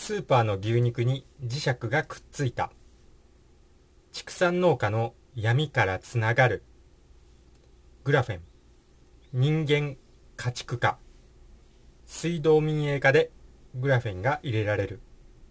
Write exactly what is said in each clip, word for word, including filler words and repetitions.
スーパーの牛肉に磁石がくっついた。畜産農家の闇からつながる。グラフェン。人間家畜化。水道民営化でグラフェンが入れられる。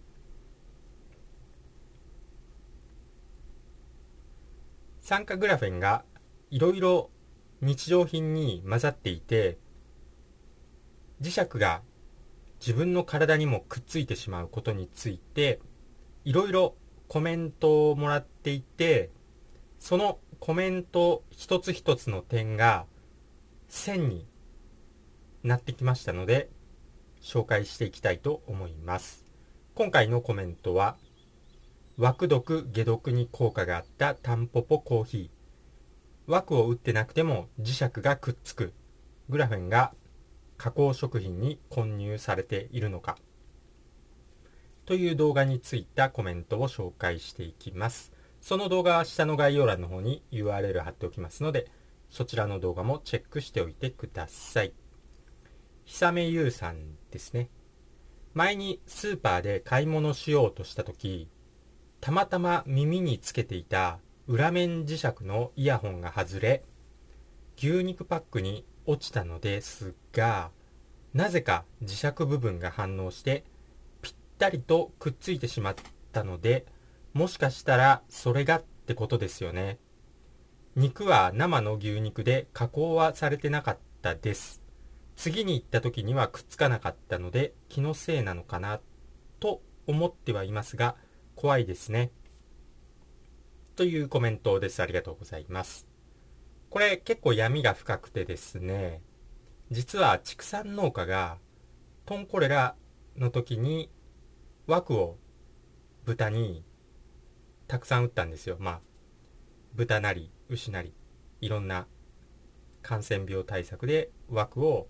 酸化グラフェンがいろいろ日常品に混ざっていて、磁石が自分の体にもくっついてしまうことについていろいろコメントをもらっていて、そのコメント一つ一つの点が線になってきましたので紹介していきたいと思います。今回のコメントは、枠毒解毒に効果があったタンポポコーヒー。枠を打ってなくても磁石がくっつく。グラフェンが加工食品に混入されているのか。という動画についたコメントを紹介していきます。その動画は下の概要欄の方に ユーアールエル 貼っておきますので、そちらの動画もチェックしておいてください。久米優さんですね。前にスーパーで買い物しようとしたとき、たまたま耳につけていた裏面磁石のイヤホンが外れ、牛肉パックに落ちたのですが、なぜか磁石部分が反応してぴったりとくっついてしまったので、もしかしたらそれがってことですよね。肉は生の牛肉で加工はされてなかったです。次に行った時にはくっつかなかったので気のせいなのかなと思ってはいますが、怖いですね。というコメントです。ありがとうございます。これ結構闇が深くてですね、実は畜産農家がトンコレラの時に枠を豚にたくさん打ったんですよ。まあ豚なり牛なりいろんな感染病対策で枠を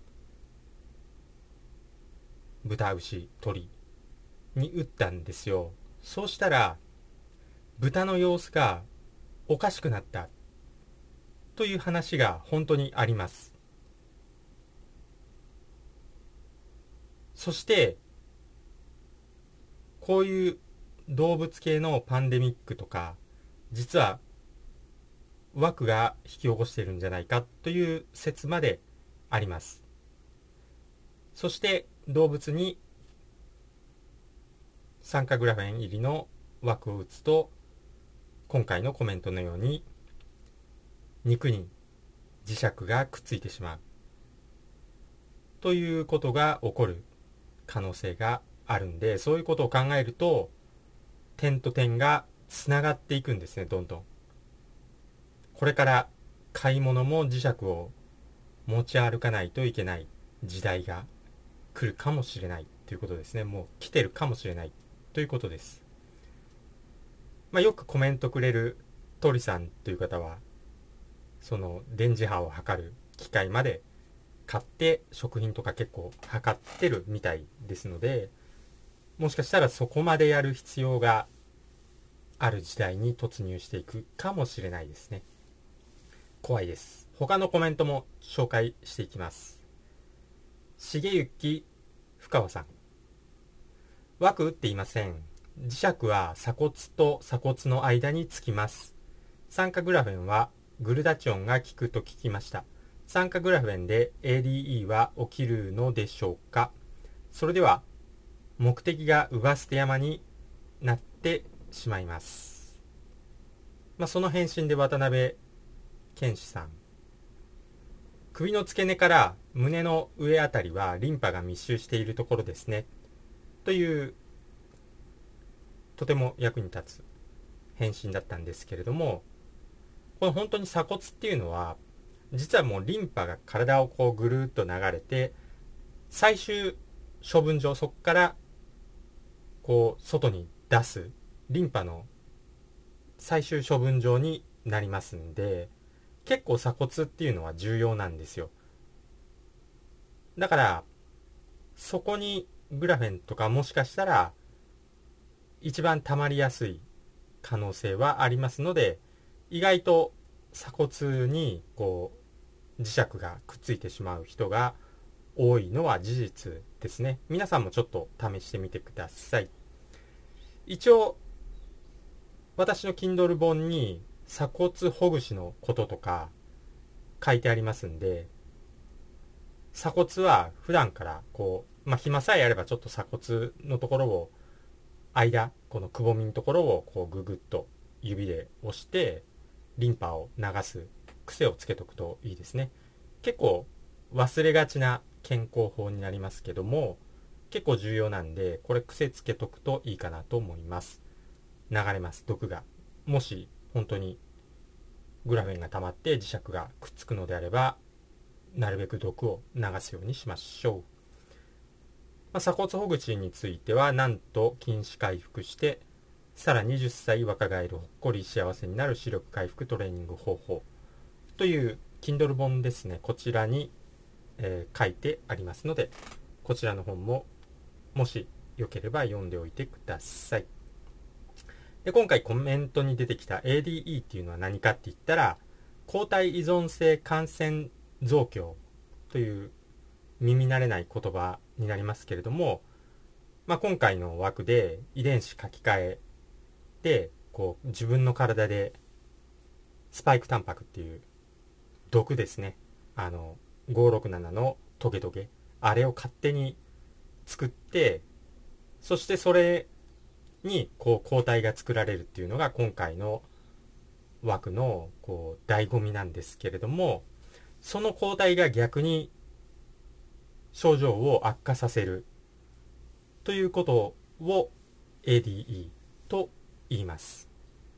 豚牛鳥に打ったんですよ。そうしたら豚の様子がおかしくなったという話が本当にあります。そしてこういう動物系のパンデミックとか、実は枠が引き起こしているんじゃないかという説まであります。そして動物に酸化グラフェン入りの枠を打つと、今回のコメントのように肉に磁石がくっついてしまうということが起こる可能性があるんで、そういうことを考えると点と点がつながっていくんですね。どんどんこれから買い物も磁石を持ち歩かないといけない時代が来るかもしれないということですね。もう来てるかもしれないということです。まあ、よくコメントくれる鳥さんという方は、その電磁波を測る機械まで買って食品とか結構測ってるみたいですので、もしかしたらそこまでやる必要がある時代に突入していくかもしれないですね。怖いです。他のコメントも紹介していきます。重幸深川さん。枠打っていません。磁石は鎖骨と鎖骨の間につきます。酸化グラフェンはグルダチオンが効くと聞きました。酸化グラフェンで エーディーイー は起きるのでしょうか。それでは目的が姥捨て山になってしまいます。まあ、その返信で渡辺健志さん。首の付け根から胸の上あたりはリンパが密集しているところですね。というとても役に立つ返信だったんですけれども、この本当に鎖骨っていうのは実はもうリンパが体をこうぐるっと流れて、最終処分場、そこからこう外に出すリンパの最終処分場になりますんで、結構鎖骨っていうのは重要なんですよ。だからそこにグラフェンとかもしかしたら一番溜まりやすい可能性はありますので、意外と鎖骨にこう磁石がくっついてしまう人が多いのは事実でですね。皆さんもちょっと試してみてください。一応私の Kindle 本に鎖骨ほぐしのこととか書いてありますんで、鎖骨は普段からこう、まあ、暇さえあればちょっと鎖骨のところを、間、このくぼみのところをこうググッと指で押してリンパを流す癖をつけとくといいですね。結構忘れがちな健康法になりますけども、結構重要なんで、これ癖つけとくといいかなと思います。流れます、毒が。もし本当にグラフェンが溜まって磁石がくっつくのであれば、なるべく毒を流すようにしましょう。まあ、鎖骨ほぐしについては、なんと筋弛回復してさらにじゅっさい若返るほっこり幸せになる視力回復トレーニング方法という Kindle 本ですね。こちらに、えー書いてありますので、こちらの本ももしよければ読んでおいてください。で、今回コメントに出てきた エーディーイー っていうのは何かって言ったら、抗体依存性感染増強という耳慣れない言葉になりますけれども、まあ、今回の枠で遺伝子書き換えでこう自分の体でスパイクタンパクっていう毒ですね、あのごろくななのトゲトゲ、あれを勝手に作って、そしてそれにこう抗体が作られるっていうのが今回の枠のこう醍醐味なんですけれども、その抗体が逆に症状を悪化させるということを エーディーイー と言います。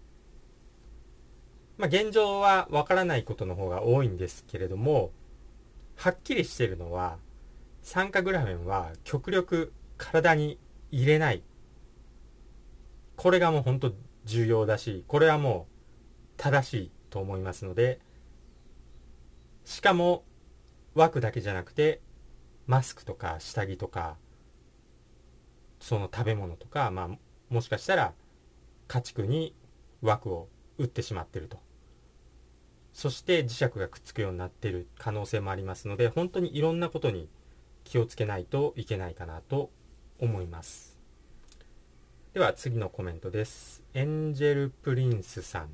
まあ、現状はわからないことの方が多いんですけれども、はっきりしているのは、酸化グラフェンは極力体に入れない。これがもう本当重要だし、これはもう正しいと思いますので、しかも枠だけじゃなくて、マスクとか下着とか、その食べ物とか、まあ、もしかしたら家畜に枠を打ってしまっていると。そして磁石がくっつくようになっている可能性もありますので、本当にいろんなことに気をつけないといけないかなと思います。では次のコメントです。エンジェルプリンスさん。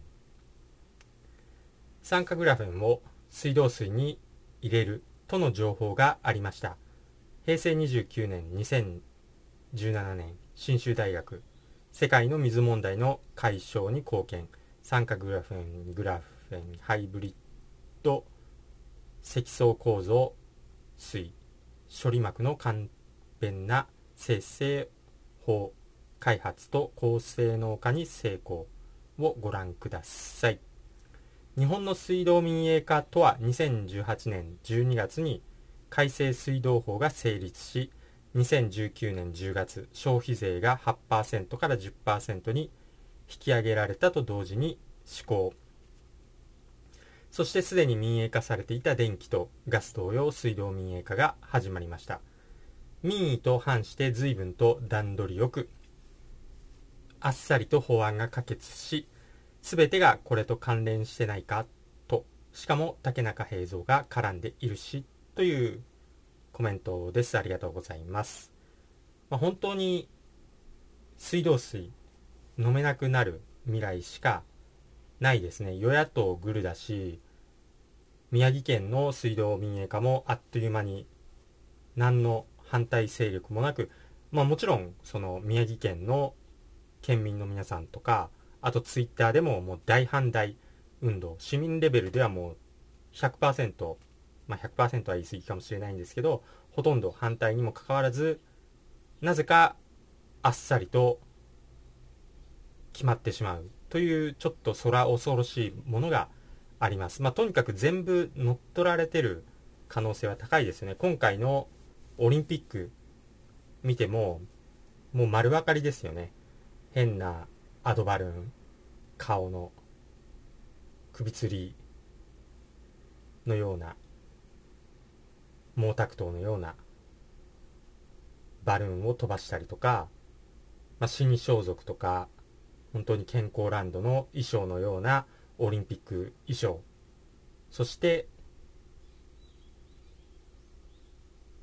酸化グラフェンを水道水に入れるとの情報がありました。へいせいにじゅうきゅうねん、にせんじゅうななねん、信州大学、世界の水問題の解消に貢献、酸化グラフェン、グラフェン、ハイブリッド、積層構造水、処理膜の簡便な生成法開発と高性能化に成功をご覧ください。日本の水道民営化とはにせんじゅうはちねんじゅうにがつに改正水道法が成立し、にせんじゅうきゅうねんじゅうがつ消費税が はちパーセント から じゅっパーセント に引き上げられたと同時に施行。そしてすでに民営化されていた電気とガス同様水道民営化が始まりました。民意と反して随分と段取りよくあっさりと法案が可決し、すべてがこれと関連してないかと、しかも竹中平蔵が絡んでいるしというコメントです。ありがとうございます。まあ、本当に水道水飲めなくなる未来しかないですね。与野党グルだし、宮城県の水道民営化もあっという間に何の反対勢力もなく、まあもちろんその宮城県の県民の皆さんとか、あとツイッターでももう大反対運動、市民レベルではもう ひゃくパーセント、まあ ひゃくパーセント は言い過ぎかもしれないんですけど、ほとんど反対にもかかわらず、なぜかあっさりと決まってしまうというちょっと空恐ろしいものがあります。まあとにかく全部乗っ取られてる可能性は高いですね。今回のオリンピック見てももう丸分かりですよね。変なアドバルーン、顔の首吊りのような、毛沢東のようなバルーンを飛ばしたりとか、まあ、死に装束とか、本当に健康ランドの衣装のようなオリンピック衣装、そして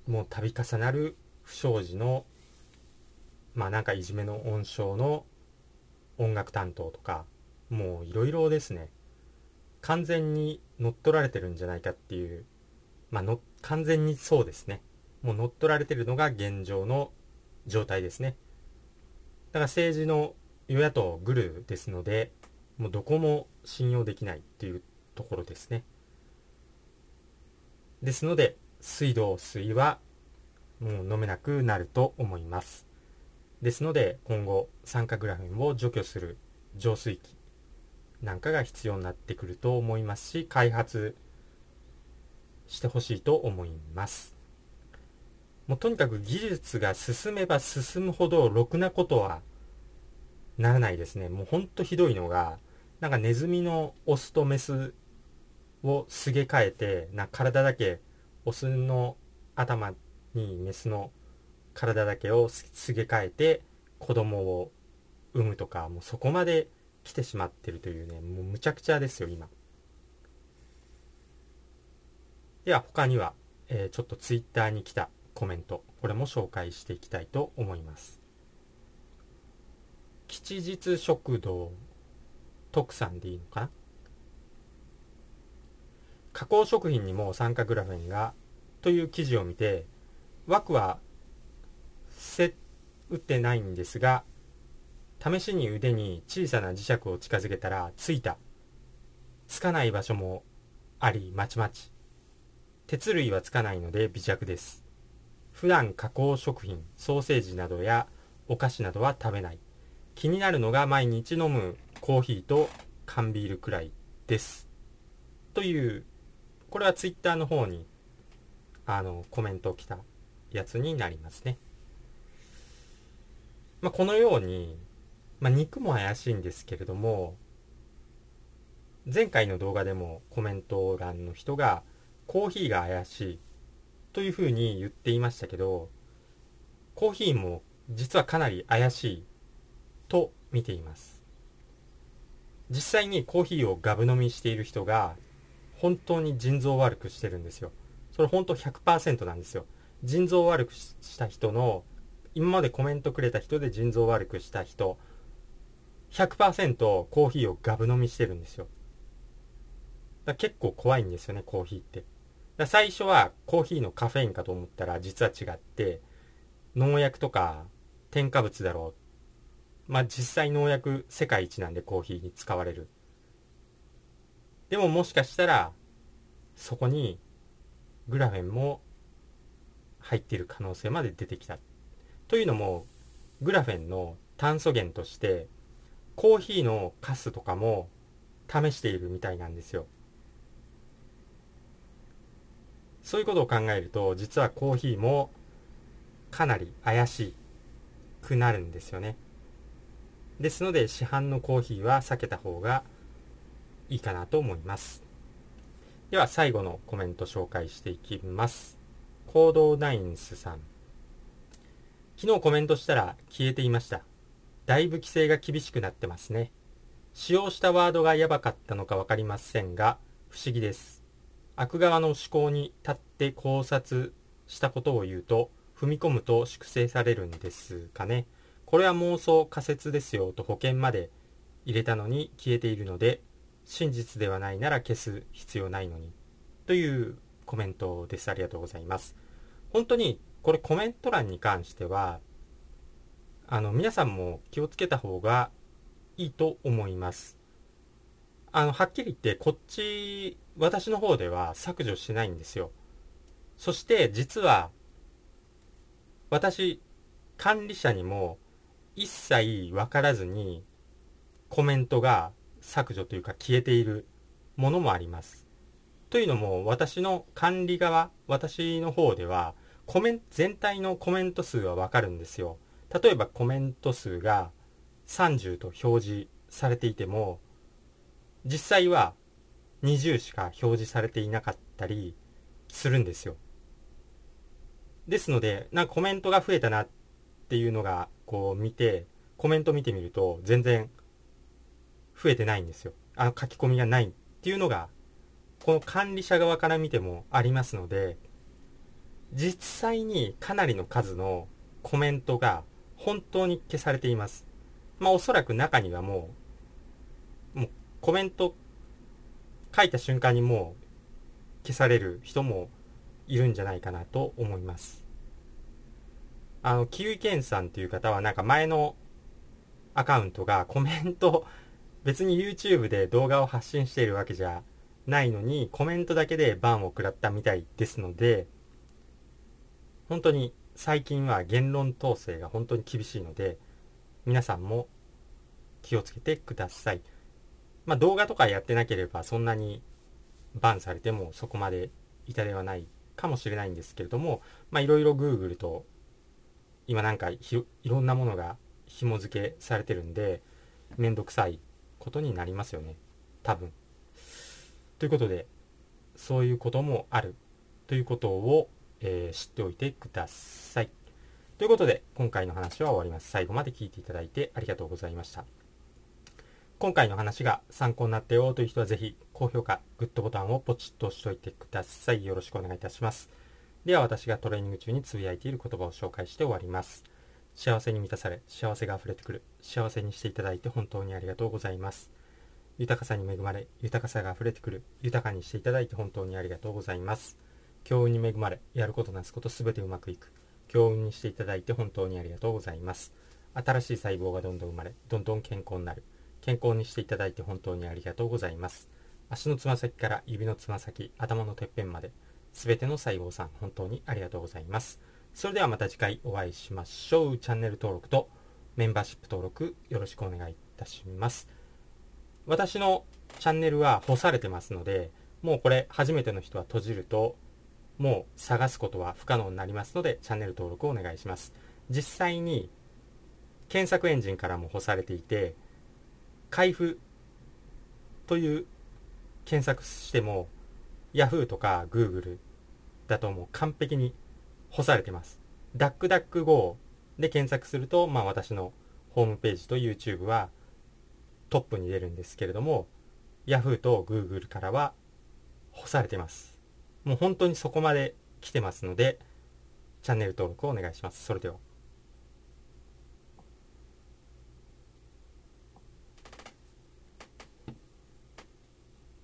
もう度重なる不祥事のまあなんかいじめの温床の音楽担当とか、もういろいろですね、完全に乗っ取られてるんじゃないかっていう、まあの完全にそうですね、もう乗っ取られてるのが現状の状態ですね。だから政治の与野党グルですので、もうどこも信用できないっていうところですね。ですので水道水はもう飲めなくなると思います。ですので今後酸化グラフェンを除去する浄水器なんかが必要になってくると思いますし、開発してほしいと思います。もうとにかく技術が進めば進むほどろくなことはならないですね。もうほんとひどいのが、なんかネズミのオスとメスをすげ替えて、な体だけオスの頭にメスの体だけをすげ替えて子供を産むとか、もうそこまで来てしまってるというね、もうむちゃくちゃですよ今。では他には、えー、ちょっとツイッターに来たコメント、これも紹介していきたいと思います。吉日食堂徳さんでいいのかな。加工食品にも酸化グラフェンがという記事を見て、枠はせ打ってないんですが、試しに腕に小さな磁石を近づけたらついた。つかない場所もありまちまち。鉄類はつかないので微弱です。普段加工食品、ソーセージなどやお菓子などは食べない。気になるのが毎日飲むコーヒーと缶ビールくらいです。という、これはツイッターの方にあのコメント来たやつになりますね。まあ、このように、まあ、肉も怪しいんですけれども、前回の動画でもコメント欄の人がコーヒーが怪しいというふうに言っていましたけど、コーヒーも実はかなり怪しいと見ています。実際にコーヒーをガブ飲みしている人が本当に腎臓を悪くしてるんですよ。それ本当 ひゃくパーセント なんですよ。腎臓を悪くした人の、今までコメントくれた人で腎臓を悪くした人 ひゃくパーセント コーヒーをガブ飲みしてるんですよ。だ結構怖いんですよね、コーヒーって。だ最初はコーヒーのカフェインかと思ったら実は違って、農薬とか添加物だろう。まあ実際農薬世界一なんでコーヒーに使われる。でももしかしたらそこにグラフェンも入っている可能性まで出てきた。というのもグラフェンの炭素源としてコーヒーのカスとかも試しているみたいなんですよ。そういうことを考えると、実はコーヒーもかなり怪しくなるんですよね。ですので市販のコーヒーは避けた方がいいかなと思います。では最後のコメント紹介していきます。コードナインスさん、昨日コメントしたら消えていました。だいぶ規制が厳しくなってますね。使用したワードがやばかったのか分かりませんが不思議です。悪側の思考に立って考察したことを言うと、踏み込むと粛清されるんですかね。これは妄想仮説ですよと保険まで入れたのに消えているので、真実ではないなら消す必要ないのにというコメントです。ありがとうございます。本当にこれコメント欄に関してはあの皆さんも気をつけた方がいいと思います。あのはっきり言ってこっち私の方では削除してないんですよ。そして実は私管理者にも一切分からずにコメントが削除というか消えているものもあります。というのも私の管理側、私の方ではコメント全体のコメント数は分かるんですよ。例えばコメント数がさんじゅうと表示されていても実際はにじゅうしか表示されていなかったりするんですよ。ですのでなんかコメントが増えたなっていうのがこう見てコメント見てみると全然増えてないんですよ。あの書き込みがないっていうのがこの管理者側から見てもありますので、 実際にかなりの数のコメントが本当に消されています。まあおそらく中にはもう、もうコメント書いた瞬間にもう消される人もいるんじゃないかなと思います。あの、キウイケンさんという方はなんか前のアカウントがコメント、別に YouTube で動画を発信しているわけじゃないのにコメントだけでバンを食らったみたいですので、本当に最近は言論統制が本当に厳しいので、皆さんも気をつけてください。まあ動画とかやってなければそんなにバンされてもそこまで痛手はないかもしれないんですけれども、まあいろいろ Google と今なんかいろんなものが紐付けされてるんで、めんどくさいことになりますよね、多分。ということで、そういうこともあるということを、えー知っておいてください。ということで、今回の話は終わります。最後まで聞いていただいてありがとうございました。今回の話が参考になったよという人はぜひ高評価、グッドボタンをポチッと押しておいてください。よろしくお願いいたします。では私がトレーニング中につぶやいている言葉を紹介して終わります。幸せに満たされ、幸せが溢れてくる。幸せにしていただいて本当にありがとうございます。豊かさに恵まれ、豊かさが溢れてくる。豊かにしていただいて本当にありがとうございます。強運に恵まれ、やることなすことすべてうまくいく。強運にしていただいて本当にありがとうございます。新しい細胞がどんどん生まれ、どんどん健康になる。健康にしていただいて本当にありがとうございます。足のつま先から指のつま先、頭のてっぺんまで、すべての細胞さん本当にありがとうございます。それではまた次回お会いしましょう。チャンネル登録とメンバーシップ登録よろしくお願いいたします。私のチャンネルは干されてますので、もうこれ初めての人は閉じるともう探すことは不可能になりますので、チャンネル登録をお願いします。実際に検索エンジンからも干されていて、開封という検索しても Yahoo とか Google だともう完璧に干されてます。ダックダックゴー で検索すると、まあ私のホームページと YouTube はトップに出るんですけれども、 Yahoo と Google からは干されてます。もう本当にそこまで来てますので、チャンネル登録をお願いします。それでは。